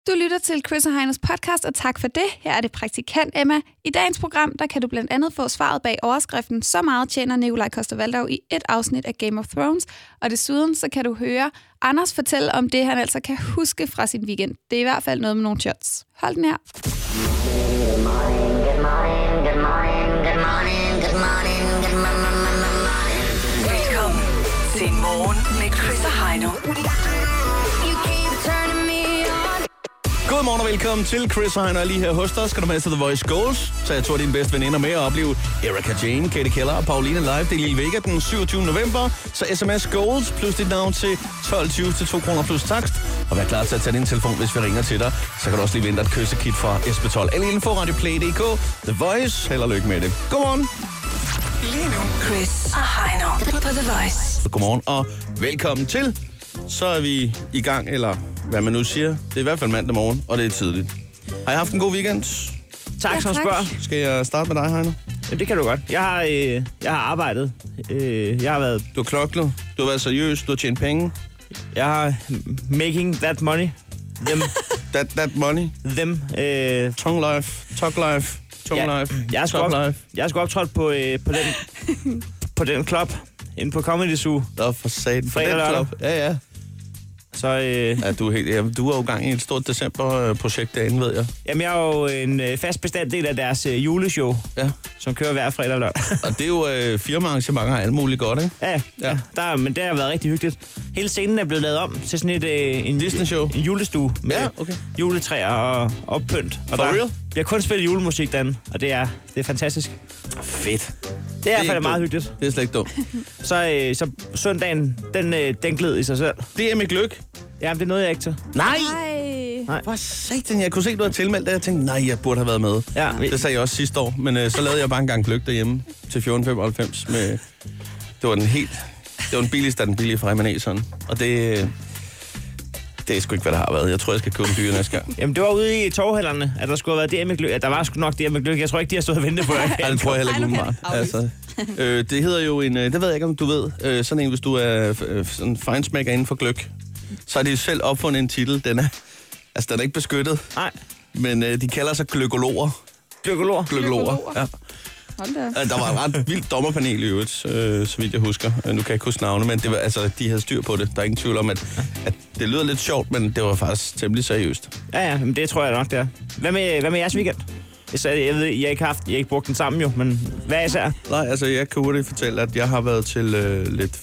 Du lytter til Chris og Heinos podcast, og tak for det. Her er det praktikant Emma. I dagens program, der kan du blandt andet få svaret bag overskriften Så meget tjener Nikolaj Coster-Waldau i et afsnit af Game of Thrones. Og desuden så kan du høre Anders fortælle om det, han altså kan huske fra sin weekend. Det er i hvert fald noget med nogle shots. Hold den her. Good morning, good morning, good morning, good morning, good morning, good morning. Velkommen til Morgen med Chris og Heino. You keep turning me on. Godmorgen og velkommen til Chris og Heino. Lige her hos dig skal du med til The Voice Goals. Så jeg tror, dine bedste veninder med at opleve Erika Jane, Katie Keller og Pauline live. Det er Lille Vega den 27. november. Så sms Goals plus dit navn til 12.20 til 2 kroner plus takst. Og vær klar til at tage din telefon, hvis vi ringer til dig. Så kan du også lige vinde et kyssekit fra SP12. Eller inden for radioplay.dk. The Voice. Held og lykke med det. Godmorgen. Lige nu, Chris og Heino på The Voice. Godmorgen og velkommen til. Så er vi i gang, eller hvad man nu siger. Det er i hvert fald mandag morgen, og det er tidligt. Har I haft en god weekend? Tak, som spørger. Skal jeg starte med dig, Heino? Ja, det kan du godt. Jeg har arbejdet. Jeg har været... Du har knoklet, du har været seriøs, du har tjent penge. Jeg har making that money. Them. That money. Them. Tongue life, talk life, tongue life, jeg skal optræde på den club inde på Comedy Zoo. Der for satan. Fredag lørdag. Ja. Så, Ja, du er jo gang i et stort decemberprojekt derinde, ved jeg. Jamen, jeg er jo en fast bestanddel af deres juleshow, Ja. som kører hver fredag og lørdag. Og det er jo firmaarrangementer og alt muligt godt, ikke? Ja. Men det har været rigtig hyggeligt. Hele scenen er blevet lavet om til sådan en Disney-show. En julestue med juletræer og oppynt. Og For der real? bliver kun spillet julemusik derinde, og det er fantastisk. Fedt. Det er i hvert fald meget hyggeligt. Det er slet ikke dumt. Så søndagen, den gled i sig selv. Det er med gløk. Jamen, det nåede jeg ikke til. Nej! Nej. Hvor satan, jeg kunne se, du havde tilmeldt det. Jeg tænkte, nej, jeg burde have været med. Ja. Det sagde jeg også sidste år, men så lavede jeg bare en gang gløk derhjemme til 14,95 med... Det var den billigste af den billige fra Remaneseren. Og det er sgu ikke, hvad der har været. Jeg tror, jeg skal købe en dyre næste gang. Jamen, det var ude i torvhælderne, at der skulle have været DM med gløk. Der var sgu nok DM med gløk. Jeg tror ikke, de har stået og ventet på det. Nej, det tror jeg heller ikke umiddelbart. Altså, det hedder jo en... Det ved jeg ikke, om du ved. Sådan en, hvis du er sådan fejnsmækker inden for gløk. Så har de selv opfundet en titel. Den er ikke beskyttet. Nej. Men de kalder sig gløkologer. Gløkologer, ja. Der var et ret vildt dommerpanel i øvrigt, så vidt jeg husker. Nu kan jeg ikke huske navne, men det var, altså, de havde styr på det. Der er ingen tvivl om, at det lyder lidt sjovt, men det var faktisk temmelig seriøst. Ja, men det tror jeg nok, det er. Hvad med jeres weekend? Jeg ved, I har ikke brugt den sammen jo, men hvad er især? Nej, altså jeg kan hurtigt fortælle, at jeg har været til lidt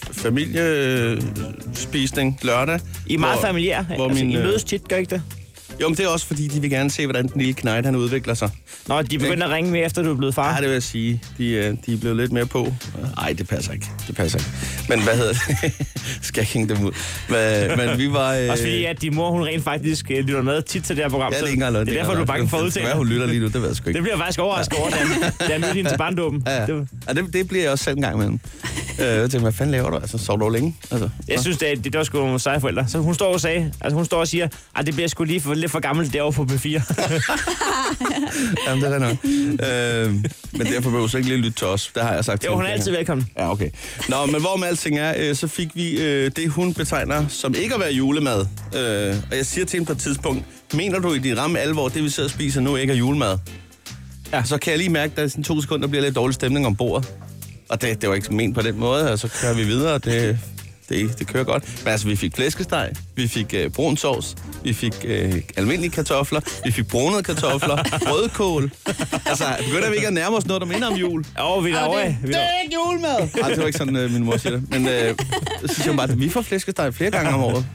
familiespisning lørdag. I er meget familiære. Altså, I mødes tit, gør I ikke det? Jo, men det er også fordi, de vil gerne se, hvordan den lille knejt, han udvikler sig. Nå, de begynder at ringe med, efter du er blevet far? Ja, det vil jeg sige. De er blevet lidt mere på. Nej, det passer ikke. Men hvad hedder det? Skal jeg hænge dem ud? Men vi var... Også fordi, at din mor, hun rent faktisk lytter med tit til det her program. Ja, det er ikke engang det er derfor, du er bange for at udtale. Hvad hun lytter lige nu, det ved jeg sgu ikke. Det bliver faktisk overrasket over, da jeg mødte hende til barndåben. Ja. Det bliver jeg også selv en gang imellem. Jeg tænkte, hvad fanden laver du? Altså, sov du længe? Altså, jeg synes, det var sgu nogle seje forældre. Så hun står og siger, at det bliver sgu lige lidt for gammelt derovre på B4. Jamen, det er nok. Men derfor behøver du ikke lige lytte til os. Det har jeg sagt til. Jo, hun er altid velkommen. Ja, okay. Nå, men hvorom alting er, så fik vi det, hun betegner som ikke at være julemad. Og jeg siger til hende på et tidspunkt, mener du i din ramme alvor, det vi sidder og spiser nu ikke er julemad? Ja, så kan jeg lige mærke, at der i sådan 2 sekunder bliver lidt dårlig stemning om bordet. Og det var ikke ment på den måde, og så kører vi videre, det kører godt. Men altså, vi fik flæskesteg, vi fik brun sovs, vi fik almindelige kartofler, vi fik brunede kartofler, rødkål. Altså, begynder vi ikke at nærme os noget, der minder om jul? Jo, vi er derovre. Det er ikke julemad! Nej, det var ikke sådan, min mor siger det. Men så siger hun bare, at vi får flæskesteg flere gange om året.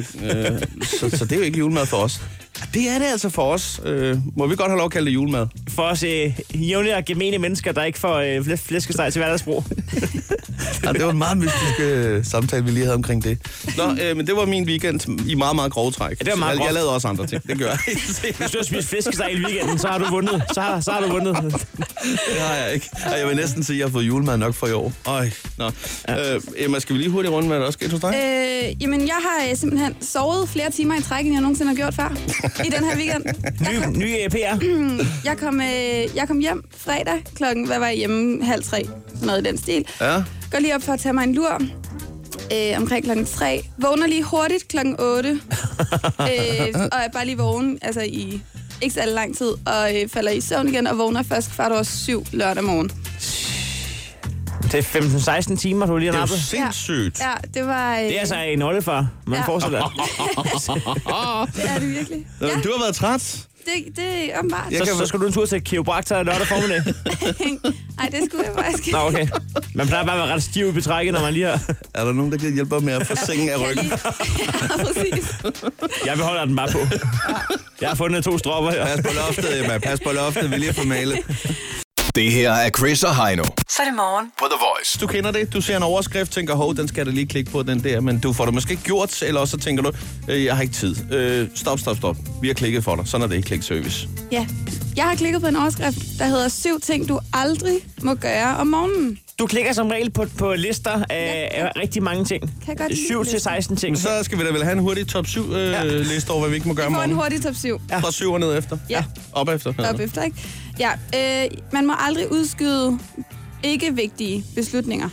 Så det er jo ikke julemad for os. Det er det altså for os. Må vi godt have lov at kalde det julemad? For os jævnlige og gemene mennesker, der ikke får flæskesteg til hverdagsbrug. Ja, det var en meget mystisk samtale, vi lige havde omkring det. Nå, men det var min weekend i meget, meget grove træk. Ja, det var meget jeg lavede også andre ting. Det gør jeg. Hvis du har spist flæskesteg i weekenden, så har du vundet. Så har du vundet. Det har jeg ikke. Jeg vil næsten sige, at jeg har fået julemad nok for i år. Nå. Ja. Emma, skal vi lige hurtigt runde, hvad der også sker hos dig? Jamen, jeg har simpelthen sovet flere timer i træk, end jeg nogensinde har gjort før i den her weekend. Ny PR. Jeg kom hjem fredag klokken, hvad var jeg hjemme, 2:30, sådan noget i den stil. Ja. Går lige op for at tage mig en lur. omkring klokken 3. Vågner lige hurtigt klokken 8. Og er bare lige vågen, altså i ikke så lang tid, og falder i søvn igen, og vågner først 7:15 lørdag morgen. Det er 15-16 timer, du lige har nappet. Det er jo sindssygt. Ja, det var... Det er altså en oldefar, man forestiller. Det er det virkelig. Ja. Du har været træt. Det er åbenbart. Så skal du en tur til kiropraktor lørdag formiddag? Nej, det skulle jeg faktisk. Nå, okay. Man plejer bare at være ret stiv i betrækket, når man lige har... Er der nogen, der kan hjælpe med at få sengen af ryggen? Ja, præcis. Jeg beholder den bare på. Jeg har fundet 2 stropper her. Pas på loftet, Emma. Pas på loftet. Vi lige får malet. Det her er Chris og Heino Så er det morgen. på The Voice. Du kender det. Du ser en overskrift, tænker, hov, den skal jeg da lige klikke på, den der. Men du får det måske ikke gjort, eller også så tænker du, jeg har ikke tid. Stop. Vi har klikket for dig. Sådan er det ikke klikservice. Ja. Jeg har klikket på en overskrift, der hedder 7 ting, du aldrig må gøre om morgenen. Du klikker som regel på lister af rigtig mange ting. Kan godt lide 7-16 ting. Men så skal vi da vel have en hurtig top 7 liste over, hvad vi ikke må gøre om Vi får en morgenen. hurtig top 7. Ja. Fra 7 og ned efter. Ja. Op efter. Op efter, ikke? Ja, man må aldrig udskyde ikke vigtige beslutninger.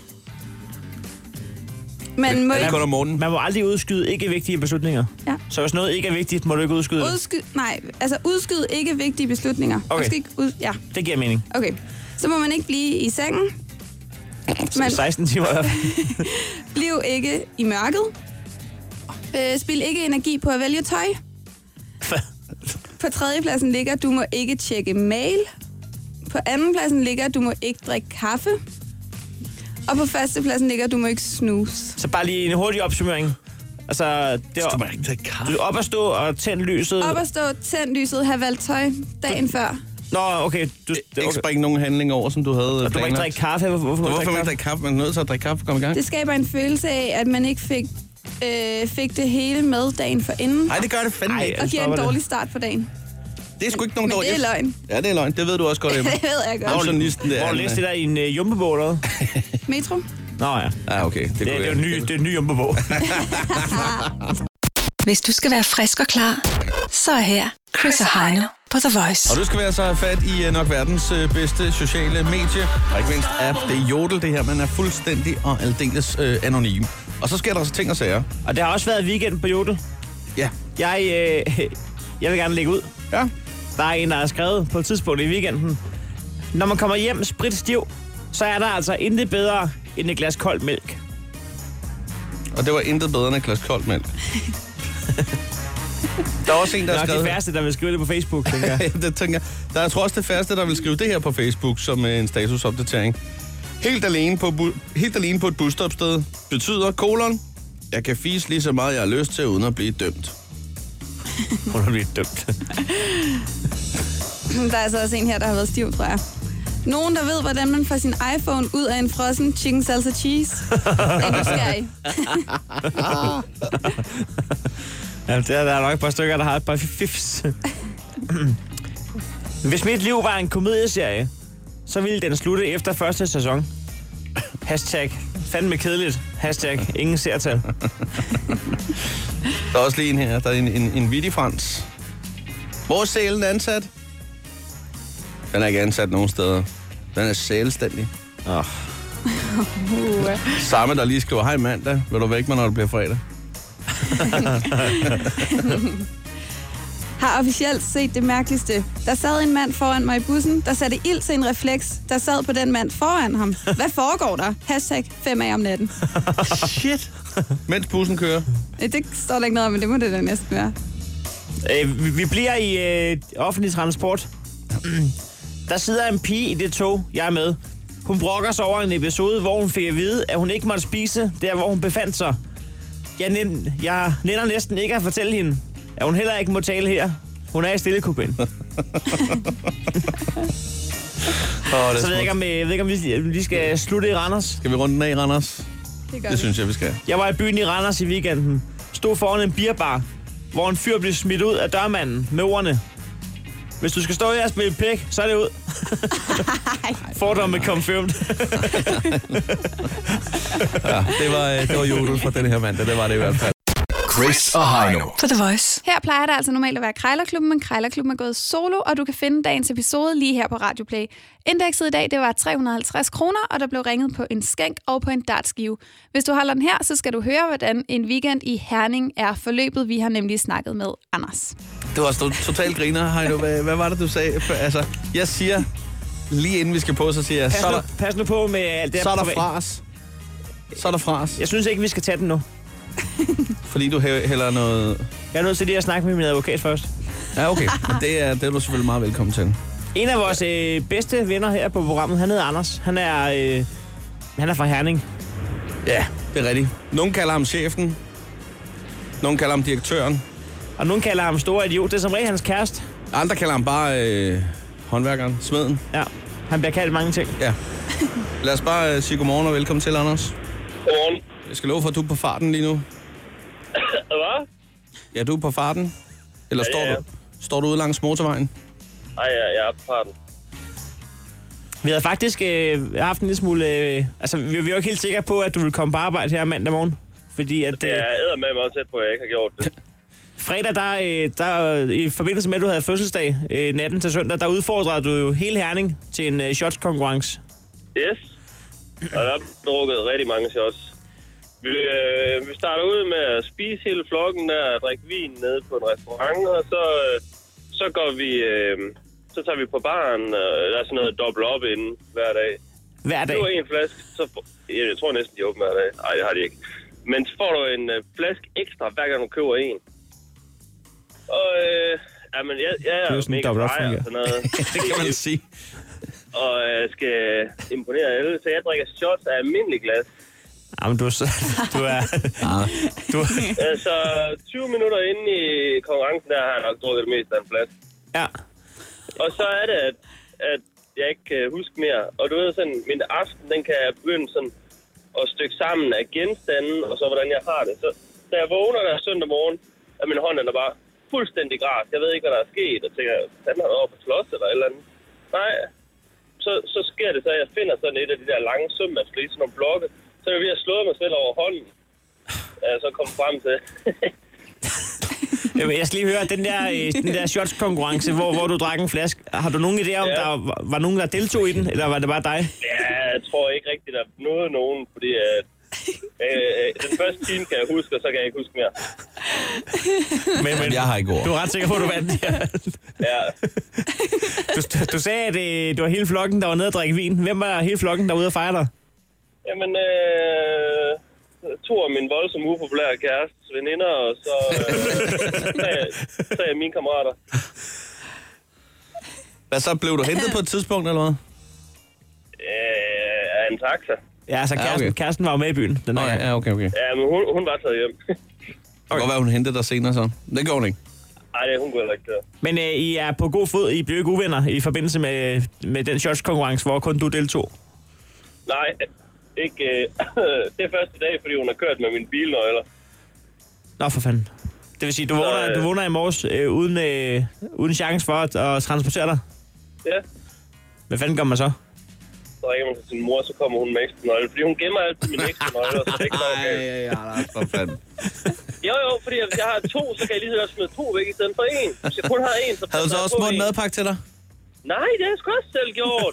Man må Er det ikke kun om morgenen? Man må aldrig udskyde ikke vigtige beslutninger. Ja. Så hvis noget ikke er vigtigt, må du ikke udskyde det. udskyde ikke vigtige beslutninger. Okay. Du skal ikke ja, Det giver mening. okay. Så må man ikke blive i sengen. Man 16 timer i hvert fald. bliv ikke i mørket. Spil ikke energi på at vælge tøj. På 3. pladsen ligger, du må ikke tjekke mail. På 2. pladsen ligger, du må ikke drikke kaffe. Og på 1. pladsen ligger, du må ikke snooze. Så bare lige en hurtig opsummering. Altså, det Du må er ikke tage kaffe. du er op at stå og tænde lyset. Op at stå, tænd lyset, have valgt tøj dagen før. Nå, okay. Ikke springe nogen handling over, som du havde Og du må ikke planlagt. drikke kaffe. Hvorfor må du Hvorfor drikke må man kaffe? ikke drikke kaffe? Man er nødt til at drikke kaffe for at komme i gang. Det skaber en følelse af, at man ikke fik det hele med dagen forinden. Nej, det gør det fandme Ej, ikke. Og giver en stopper det. dårlig start på dagen. Det er sgu ikke nogen Men dårlig. det er løgn. Ja, det er løgn. Det ved du også godt, Emma. Det ved jeg Hvor godt. journalisten der. Hvor har du læst det der i en jumbobog eller hvad? Metro? Nå ja. Ja, okay. Det er jo en ny jumbobog. Hvis du skal være frisk og klar, så er her Chris og Heino på The Voice. Og du skal være så have fat i nok verdens bedste sociale medie, og ikke mindst app. Det er Jodel, det her. Man er fuldstændig og aldeles anonym. Og så sker der også ting og sager. Og det har også været weekend på Jodel. Ja. Jeg vil gerne lægge ud. Ja. Der er en, der har skrevet på et tidspunkt i weekenden. Når man kommer hjem spritstiv, så er der altså intet bedre end et glas koldt mælk. Og det var intet bedre end et glas koldt mælk. Der er også en, der Det har er nok skrevet... de færreste, der vil skrive det på Facebook, tænker jeg. Det tænker jeg. Der er, jeg tror også det færreste, der vil skrive det her på Facebook som en statusopdatering. Helt alene på et busstopsted betyder : jeg kan fise lige så meget, jeg har lyst til, uden at blive dømt. Hun har blivet dømt. Der er altså også en her, der har været stiv, tror jeg. Nogen, der ved, hvordan man får sin iPhone ud af en frossen chicken salsa cheese. Er nysgerrig. Ja, der er nok et par stykker, der har et par fifs. Hvis mit liv var en komedieserie, så ville den slutte efter første sæson. Hashtag fandme kedeligt. Hashtag ingen seertal. Der er også lige en her. Der er en vittig Frans. Hvor er sælen ansat? Den er ikke ansat nogen steder. Den er selvstændig. Samme, der lige skriver, hej mandag, vil du væk mig, når det bliver fredag? Har officielt set det mærkeligste. Der sad en mand foran mig i bussen, der satte ild til en refleks, der sad på den mand foran ham. Hvad foregår der? Hashtag 5 af om natten. Shit. Mens bussen kører. Det står der ikke noget om, men det må det da næsten være. Vi bliver i offentlig transport. Der sidder en pige i det tog, jeg er med. Hun brokker sig over en episode, hvor hun fik at vide, at hun ikke måtte spise der, hvor hun befandt sig. Jeg nænder næsten ikke at fortælle hende, at hun heller ikke må tale her. Hun er i stillekupéen. Så jeg ved ikke, om vi skal slutte i Randers. Skal vi runde den af i Randers? Det synes jeg, vi skal. Jeg var i byen i Randers i weekenden. Stod foran en beerbar, hvor en fyr blev smidt ud af dørmanden med ordene: hvis du skal stå her og spille pæk, så er det ud. Fordomme confirmed. Ja, det var Jodel fra den her mandag. Det var det i hvert fald. Chris og Heino. På The Voice. Her plejer der altså normalt at være Krejlerklubben, men Krejlerklubben er gået solo, og du kan finde dagens episode lige her på Radioplay. Indekset i dag, det var 350 kroner, og der blev ringet på en skænk og på en dartskive. Hvis du holder den her, så skal du høre, hvordan en weekend i Herning er forløbet. Vi har nemlig snakket med Anders. Det var også totalt griner, Heino. Hvad var det, du sagde? Altså, jeg siger, lige inden vi skal på, så siger jeg, Pas nu på med alt det så er der fras. Så er der fras. Jeg synes ikke, vi skal tage den nu. Fordi du hælder noget... Jeg er nødt til lige at snakke med min advokat først. Ja, okay. Men det er du selvfølgelig meget velkommen til. En af vores bedste venner her på programmet, han hedder Anders. Han er fra Herning. Ja, det er rigtigt. Nogle kalder ham chefen. Nogle kalder ham direktøren. Og nogen kalder ham store idiot. Det er som regel hans kæreste. Andre kalder ham bare håndværkeren, smeden. Ja, han bliver kaldt mange ting. Ja. Lad os bare sige godmorgen og velkommen til, Anders. Godmorgen. Jeg skal love for, at du er på farten lige nu. Hvad? Ja, du er på farten. Eller Ja. står du ude langs motorvejen? Nej, jeg er på farten. Vi havde faktisk haft en lille smule... altså, vi var jo ikke helt sikre på, at du ville komme på arbejde her mandag morgen. Fordi at... Det er eddermame også tæt på, at jeg ikke har gjort det. Fredag, der i forbindelse med, at du havde fødselsdag natten til søndag, der udfordrede du jo hele Herning til en shots-konkurrence. Yes. Og der er drukket rigtig mange shots. Vi starter ud med at spise hele flokken der, og drikke vin nede på en restaurant, og så går vi... så tager vi på baren, og der er sådan noget dobbelt op inden hver dag. Hver dag? Du har en flaske, jeg tror næsten, de er åbne hver dag. Nej, det har de ikke. Men så får du en flaske ekstra, hver gang du køber en. Og jamen, jeg er mega drej og sådan noget. Det kan man sige. Og jeg skal imponere alle, så jeg drikker shots af almindelig glas. Jamen, du er... Så 20 minutter inde i konkurrencen, der har jeg nok drukket det meste af en flaske. Ja. Og så er det, at jeg ikke kan huske mere. Og du ved sådan, min aften, den kan jeg begynde sådan at stykke sammen af genstanden, og så hvordan jeg har det. Så da jeg vågner der søndag morgen, er min hånd er bare fuldstændig græs. Jeg ved ikke, hvad der er sket, og tænker, han har været over på slås eller et eller andet. Nej, så sker det så, at jeg finder sådan et af de der lange sømmandsfri, sådan nogle blokke. Så er jeg ved at slå mig selv over hånden. Så kom frem til. Jeg skal lige høre, den der shots-konkurrence, hvor du drak en flaske. Har du nogen idé om, der var nogen, der deltog i den, eller var det bare dig? Ja, jeg tror ikke rigtigt, der nåede nogen, fordi den første time kan jeg huske, og så kan jeg ikke huske mere. Men jeg har ikke ord. Du er ret sikker på, at du vandt. Ja. Du sagde, at det var hele flokken, der var nede at drikke vin. Hvem var hele flokken, der var ude at fejre dig? Jamen, to af mine voldsomt upopulære kærestes veninder, og så tre af mine kammerater. Hvad så? Blev du hentet på et tidspunkt, eller hvad? Af en taxa. Ja, altså kæresten var jo med i byen. Den Ja, okay. Ja, men hun var taget hjem. Det kan godt være, hun hentede dig senere så. Det går hun ikke. Nej, hun kunne heller ikke det. Men I er på god fod. I blev ikke uvenner i forbindelse med den shots-konkurrence, hvor kun du deltog? Nej, ikke. Det er første dag, fordi hun har kørt med mine bilnøgler. Nå, for fanden. Det vil sige, du vågner i morges uden chance for at transportere dig? Ja. Hvad fanden gør man så? Så ringer man til sin mor, så kommer hun med ekstra nøgler. Fordi hun gemmer altid mine ekstra nøgler, så det er ikke noget galt. Ja, for fanden. Jo, fordi hvis jeg har to, så kan jeg lige så godt smide to væk i stedet for en. Hvis jeg kun har en, så havde du så også smurt en madpakke til dig? Nej, det har jeg sgu også selv gjort.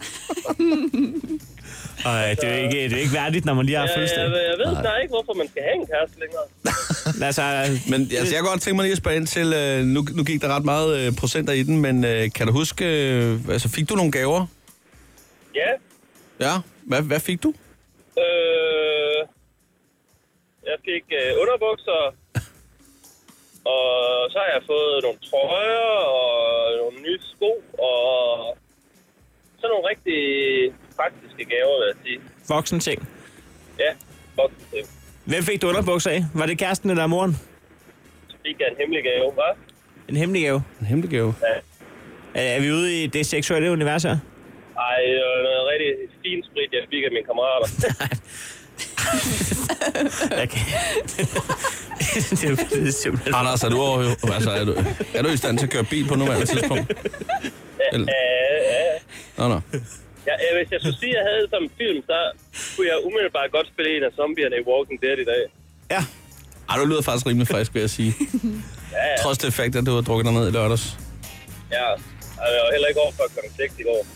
Det er ikke værdigt, når man lige har fødselsdag. Jeg ved snart ikke, hvorfor man skal have en kæreste længere. Men jeg kan godt tænke mig lige at spørge ind til, nu gik der ret meget procenter i den, men kan du huske, fik du nogle gaver? Ja. Ja, hvad fik du? Jeg fik underbukser, og så har jeg fået nogle trøjer og nogle nye sko, og så nogle rigtig praktiske gaver, vil jeg sige. Voksen ting? Ja, voksen ting. Hvem fik du underbukser af? Var det kæresten eller moren? Så fik jeg en hemmelig gave, hva'? En hemmelig gave? En hemmelig gave? Ja. Er vi ude i det seksuelle univers her? Ej, det var noget rigtig fint sprit, jeg fik af mine kammerater. Okay. Det er simpelthen... Anders, er du i stand til at køre bil på nuværende tidspunkt? Nå. Ja, hvis jeg skulle sige, at jeg havde som film, så kunne jeg umiddelbart godt spille en af zombierne i Walking Dead i dag. Ja. Du lyder faktisk rimelig frisk, vil jeg sige. Ja. Trods det fakt, at du har drukket dig ned i lørdags. Ja, jeg var heller ikke over for konflikt i går.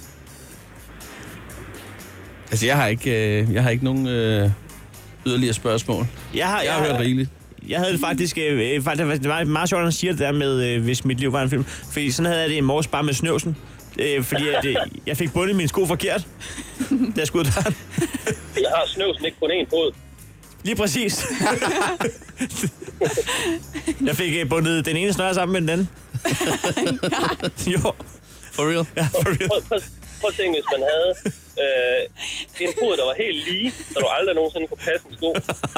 Altså, jeg har ikke nogen yderligere spørgsmål. Jeg har hørt rigeligt. Jeg havde det faktisk, det var meget sjovt, at han siger det der med, hvis mit liv var en film. Fordi sådan havde jeg det i morges bare med snøvsen. Fordi jeg fik bundet mine sko forkert, da jeg skulle ud døren. Jeg har snøvsen ikke kun én fod. Lige præcis. Jeg fik bundet den ene snøre sammen med den anden. Jo. For real? Ja, for real. Prøv at tænke, hvis man havde en fod, der var helt lige, så du aldrig nogensinde kunne passe en sko.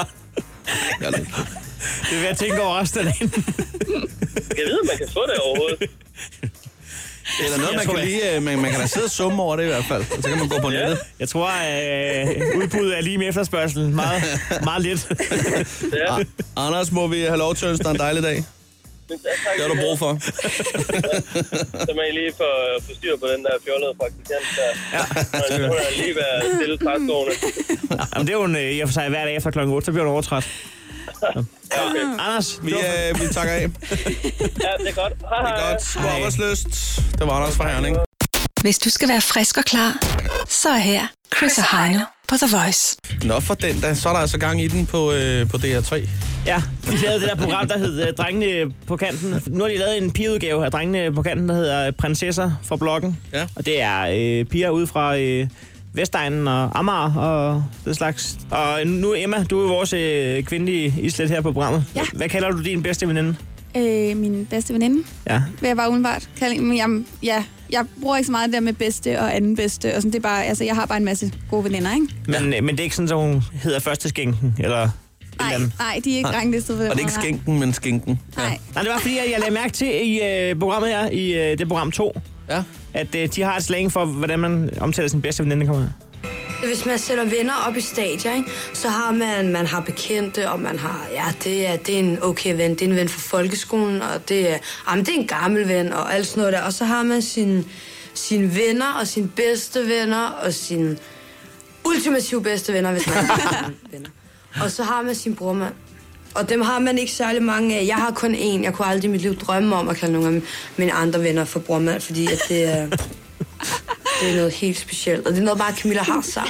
Det vil jeg tænke over resten af dagen. Jeg ved, man kan få det overhovedet. Eller noget, man kan lige... Man kan da sidde og summe over det i hvert fald. Og så kan man gå på nettet. Jeg tror, udbuddet er lige med efterspørgselen. Meget, meget lidt. Ja. Anders, må vi have lov til at ønske dig en dejlig dag? Det har du brug for. Så må I lige få styr på den der fjollede praktikant der. Ja. Hun har lige været stille træskoene. Jamen, det er jo i og for sig hver dag efter klokken 8, så bliver du overtræt. Okay. Anders, vi takker af. Ja, det er godt. Hej. Det er godt. God arbejdsløst. Det var Anders fra Herning. Hvis du skal være frisk og klar, så er her Chris og Heino på The Voice. Nå for den da, så er der altså gang i den på DR3. Ja, de lavede det der program, der hed Drengene på kanten. Nu har de lavet en pigeudgave af Drengene på kanten, der hedder Prinsesser fra Bloggen. Ja. Og det er piger ude fra Vestegnen og Amager og det slags. Og nu Emma, du er vores kvindelige islet her på programmet. Ja. Hvad kalder du din bedste veninde? Min bedste veninde? Ja. Vil jeg bare umiddelbart kalde. Men jeg bruger ikke så meget det der med bedste og anden bedste. Og sådan, det er bare, altså, jeg har bare en masse gode veninder, ikke? Men det er ikke sådan, at hun hedder første skænken, eller... Nej, de er ikke ranglistet på den. Og det er ikke skænken, men skinken. Nej. Nej, det var fordi, jeg lagde mærke til i programmet her, i det program 2, at de har et slang for, hvordan man omtaler sin bedste veninde, kommer her. Hvis man sætter venner op i stadier, ikke, så har man har bekendte, og man har, det er en okay ven, det er en ven fra folkeskolen, og det er en gammel ven, og alt sådan noget der. Og så har man sine venner, og sine bedste venner, og sine ultimative bedste venner, hvis man har venner. Og så har man sin brormand. Og dem har man ikke særlig mange af. Jeg har kun én. Jeg kunne aldrig i mit liv drømme om at kalde nogle af mine andre venner for brormand, fordi at det er noget helt specielt. Og det er noget bare Camilla har sagt.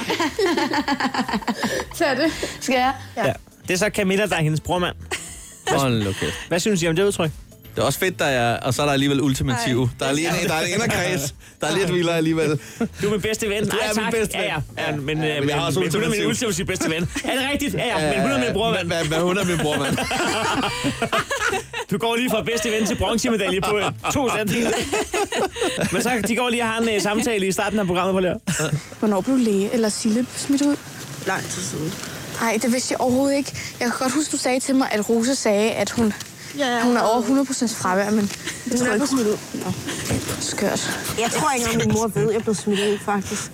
Så er det. Skal jeg? Ja. Det er så Camilla, der er hendes brormand. Okay. Hvad synes I om det udtryk? Det er også fedt, der er, og så er der alligevel ultimativ. Der er lige en inderkreds. Der er lidt vildere alligevel. Du er min bedste ven. Du er min bedste ven. Ja, men jeg har også hun er min ultimative bedste ven. Er det rigtigt? Ja, men hun er min brormand. Hvad hun er min brormand? Du går lige fra bedste ven til bronzemedalje på 2 centimeter. Men så de går lige og har en samtale i starten af programmet på det. Hvornår blev Læge eller Sille smidt ud? Lang tid siden. Nej, det vidste jeg overhovedet ikke. Jeg kan godt huske, du sagde til mig, at Rose sagde, at hun er over 100% fravær, men jeg tror ikke smidt ud. Nå, skørt. Jeg tror ikke, at min mor ved, at jeg blev smidt ud, faktisk.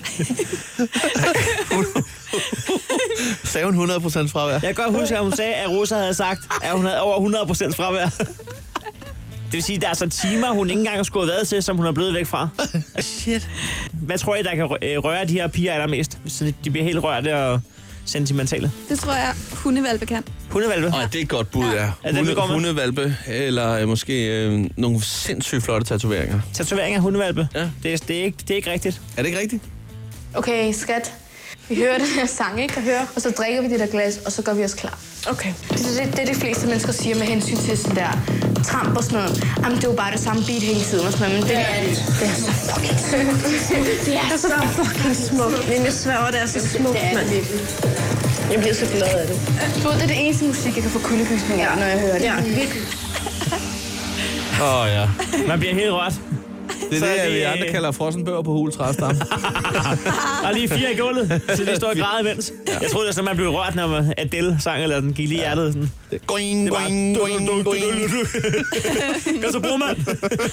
Sagde hun 100% fravær? Jeg kan godt huske, at hun sagde, at Rosa havde sagt, at hun havde over 100% fravær. Det vil sige, at der er så timer, hun ikke engang har skulle have været til, som hun er blevet væk fra. Shit. Hvad tror I, der kan røre de her piger allermest, så de bliver helt rørte og sentimentale? Det tror jeg, hundevalpe kan. Hundevalpe? Det er et godt bud, ja. Hundevalpe, eller måske nogle sindssygt flotte tatoveringer. Tatoveringer af hundevalpe? Ja. Det er ikke rigtigt. Er det ikke rigtigt? Okay, skat. Vi hører den her sang, ikke? Og så drikker vi det der glas, og så gør vi os klar. Okay. Det er de fleste mennesker siger med hensyn til sådan der tramp og sådan noget. Jamen, det er jo bare det samme beat hele tiden og sådan noget, men det er det. Det er så fucking smukt. Det er så fucking smukt. Men jeg sværger, det er så smukt, mand. Jeg bliver så glad af det. Du ved, det er det eneste musik, jeg kan få kuldegysning af, når jeg hører det. Ja, virkelig. Ja. Man bliver helt rørt. Det er det, vi andre kalder frossenbøger på huletræstamme. Der er lige 4 i gulvet, så de står og græder imens. Jeg troede, at man blev rørt, når Adele sang, eller den gik lige i hjertet. Sådan. Going, going, going, going. Gør så bror, mand.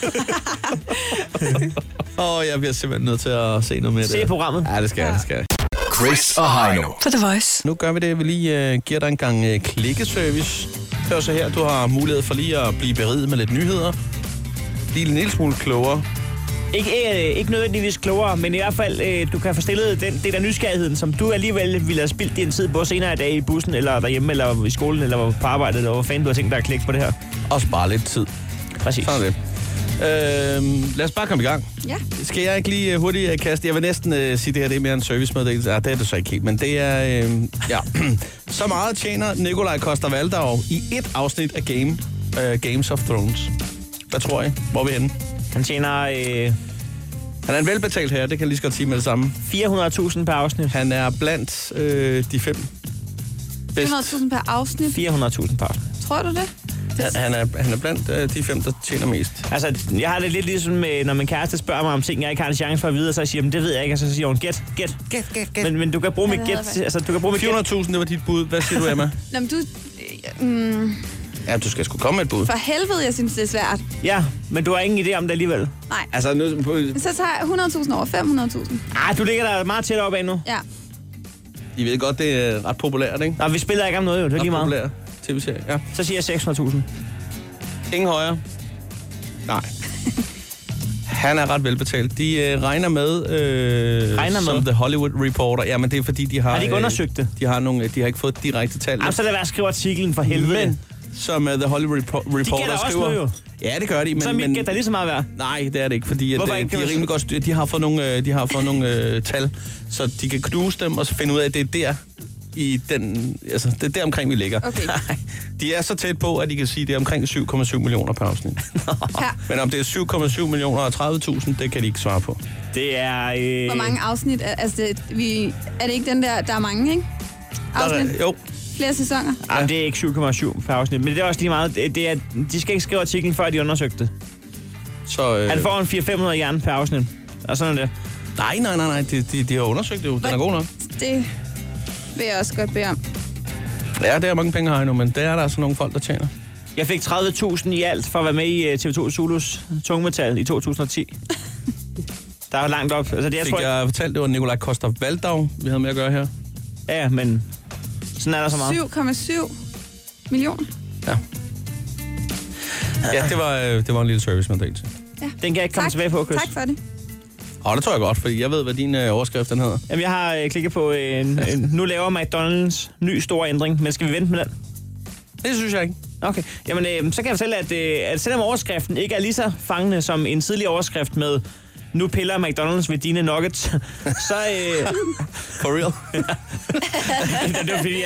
Jeg bliver simpelthen nødt til at se noget mere. Se programmet. Ja, det skal jeg. Chris og Heino. På The Voice. Nu gør vi det, vi lige giver dig en gang klikkeservice. Hør så her, du har mulighed for lige at blive beriget med lidt nyheder. Blive en lille smule klogere Ikke nødvendigvis klogere, men i hvert fald, du kan få stillet det der nysgerrigheden, som du alligevel ville have spildt din tid på senere i dag i bussen, eller derhjemme, eller i skolen, eller på arbejdet, eller hvor fanden du har tænkt dig at klikke på det her. Og spare lidt tid. Præcis. Sådan det. Lad os bare komme i gang. Ja. Skal jeg ikke lige hurtigt kaste? Jeg vil næsten sige, det her det er mere en servicemeddelelse. Ja, det er det så ikke helt, men det er... ja. Så meget tjener Nikolaj Coster-Waldau i et afsnit af Games of Thrones. Hvad tror I? Hvor er vi henne? Han tjener... Han er en velbetalt her, det kan jeg lige så godt sige med det samme. 400.000 per afsnit. Han er blandt de 5 bedst. 400.000 per afsnit. 400.000 per afsnit. Tror du det? Han er blandt de 5, der tjener mest. Altså, jeg har det lidt ligesom, når min kæreste spørger mig om ting, jeg ikke har en chance for at vide, og så siger jeg, det ved jeg ikke, og så siger hun, gæt. Men du kan bruge mit gæt. Altså, du kan bruge mit 400.000, det var dit bud. Hvad siger du, Emma? Nå, men du... Ja, du skal sgu komme med et bud. For helvede, jeg synes, det er svært. Ja, men du har ingen idé om det alligevel. Nej. Altså, nu... Så tager jeg 100.000 over 500.000. Du ligger der meget tæt op af nu. Ja. I ved godt, det er ret populært, ikke? Nå, vi spiller ikke om noget, jo. Det er lige meget. Populær tv-serie, ja. Så siger jeg 600.000. Ingen højere? Nej. Han er ret velbetalt. De regner med, som The Hollywood Reporter. Ja, men det er fordi, de har... Har de ikke undersøgt det? De har ikke fået direkte tal. Jamen, så lad være at skrive artiklen for helvede. Men, som The Hollywood Reporter skriver... Noget, jo. Ja, det gør de, men... Så mit gæt er lige så meget værd. Nej, det er det ikke, fordi at, de er rimelig godt de har fået nogle tal, så de kan knuse dem og så finde ud af, at det er der i den... Altså, det er der omkring, vi ligger. Okay. De er så tæt på, at de kan sige, at det er omkring 7,7 millioner per afsnit. Men om det er 7,7 millioner og 30.000, det kan de ikke svare på. Det er... Hvor mange afsnit? Altså, er det ikke den der er mange, ikke? Afsnit? Jo. Flere sæsoner? Ja. Det er ikke 7,7 per afsnit, men det er også lige meget. De skal ikke skrive artiklen, før de undersøgte det. Så, Han får en 400-500 jern per afsnit. Og sådan er det. Nej. De har undersøgt det jo. Den er god nok. Det vil jeg også godt bede om. Ja, det er mange penge her nu, men det er der altså nogle folk, der tjener. Jeg fik 30.000 i alt for at være med i TV2 Zulus tungmetal i 2010. Der er langt op. Altså, jeg fortalte, det var Nikolaj Coster-Waldau, vi havde med at gøre her. Ja, men sådan er der så meget. 7,7 millioner. Ja. Ja, det var en lille service-meddelelse. Ja. Den kan jeg ikke komme tilbage på, Chris. Tak for det. Det tror jeg godt, fordi jeg ved, hvad din overskrift den hedder. Jamen, jeg har klikket på nu laver McDonald's ny store ændring, men skal vi vente med den? Det synes jeg ikke. Okay, jamen så kan jeg fortælle, at selvom overskriften ikke er lige så fangende som en tidligere overskrift med nu piller McDonald's ved dine nuggets, så... For real? Det var fordi,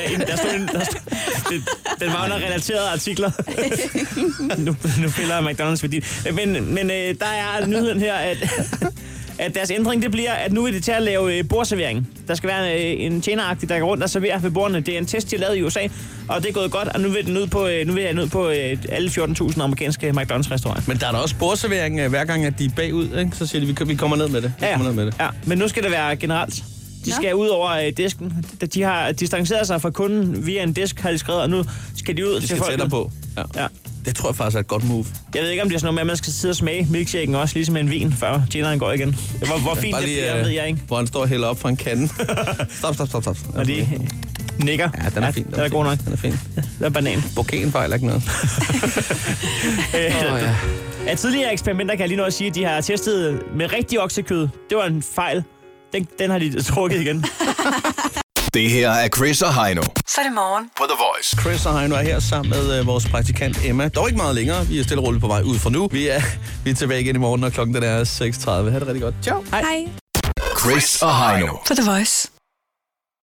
den var under relaterede artikler. nu piller McDonald's ved dine... Men der er nyheden her, at deres ændring, det bliver, at nu vil de til at lave bordservering. Der skal være en tjeneragtig, der går rundt og serverer ved bordene. Det er en test, de har lavet i USA, og det er gået godt, og nu vil jeg ud på alle 14.000 amerikanske McDonald's-restauranter. Men der er da også bordservering, hver gang at de er bagud, ikke? Så siger de, vi kommer ned med det. Ja, men nu skal det være generelt. De skal ud over disken. De har distanceret sig fra kunden via en disk, har de skrevet, og nu skal de ud til folk. Tættere på. Ja. Det tror jeg faktisk er et godt move. Jeg ved ikke, om det er sådan noget med, at man skal sidde og smage milkshaken også, ligesom en vin, før tjeneren går igen. Hvor fint det bliver, ved jeg ikke. Hvor han står og hælder op fra en kande. Stop. Og de nikker. Ja, den er fin. Den er god nok. Den er fin. Det er banan. Bouqueten fejler ikke noget. Af tidligere eksperimenter kan jeg lige nå at sige, at de har testet med rigtig oksekød. Det var en fejl. Den har de trukket igen. Det her er Chris og Heino. Så er det morgen på The Voice. Chris og Heino er her sammen med vores praktikant Emma. Dog ikke meget længere. Vi er stille og roligt på vej ud fra nu. Vi er tilbage igen i morgen, og klokken den er 6:30. Ha' det rigtig godt. Ciao. Hej. Chris og Heino på The Voice.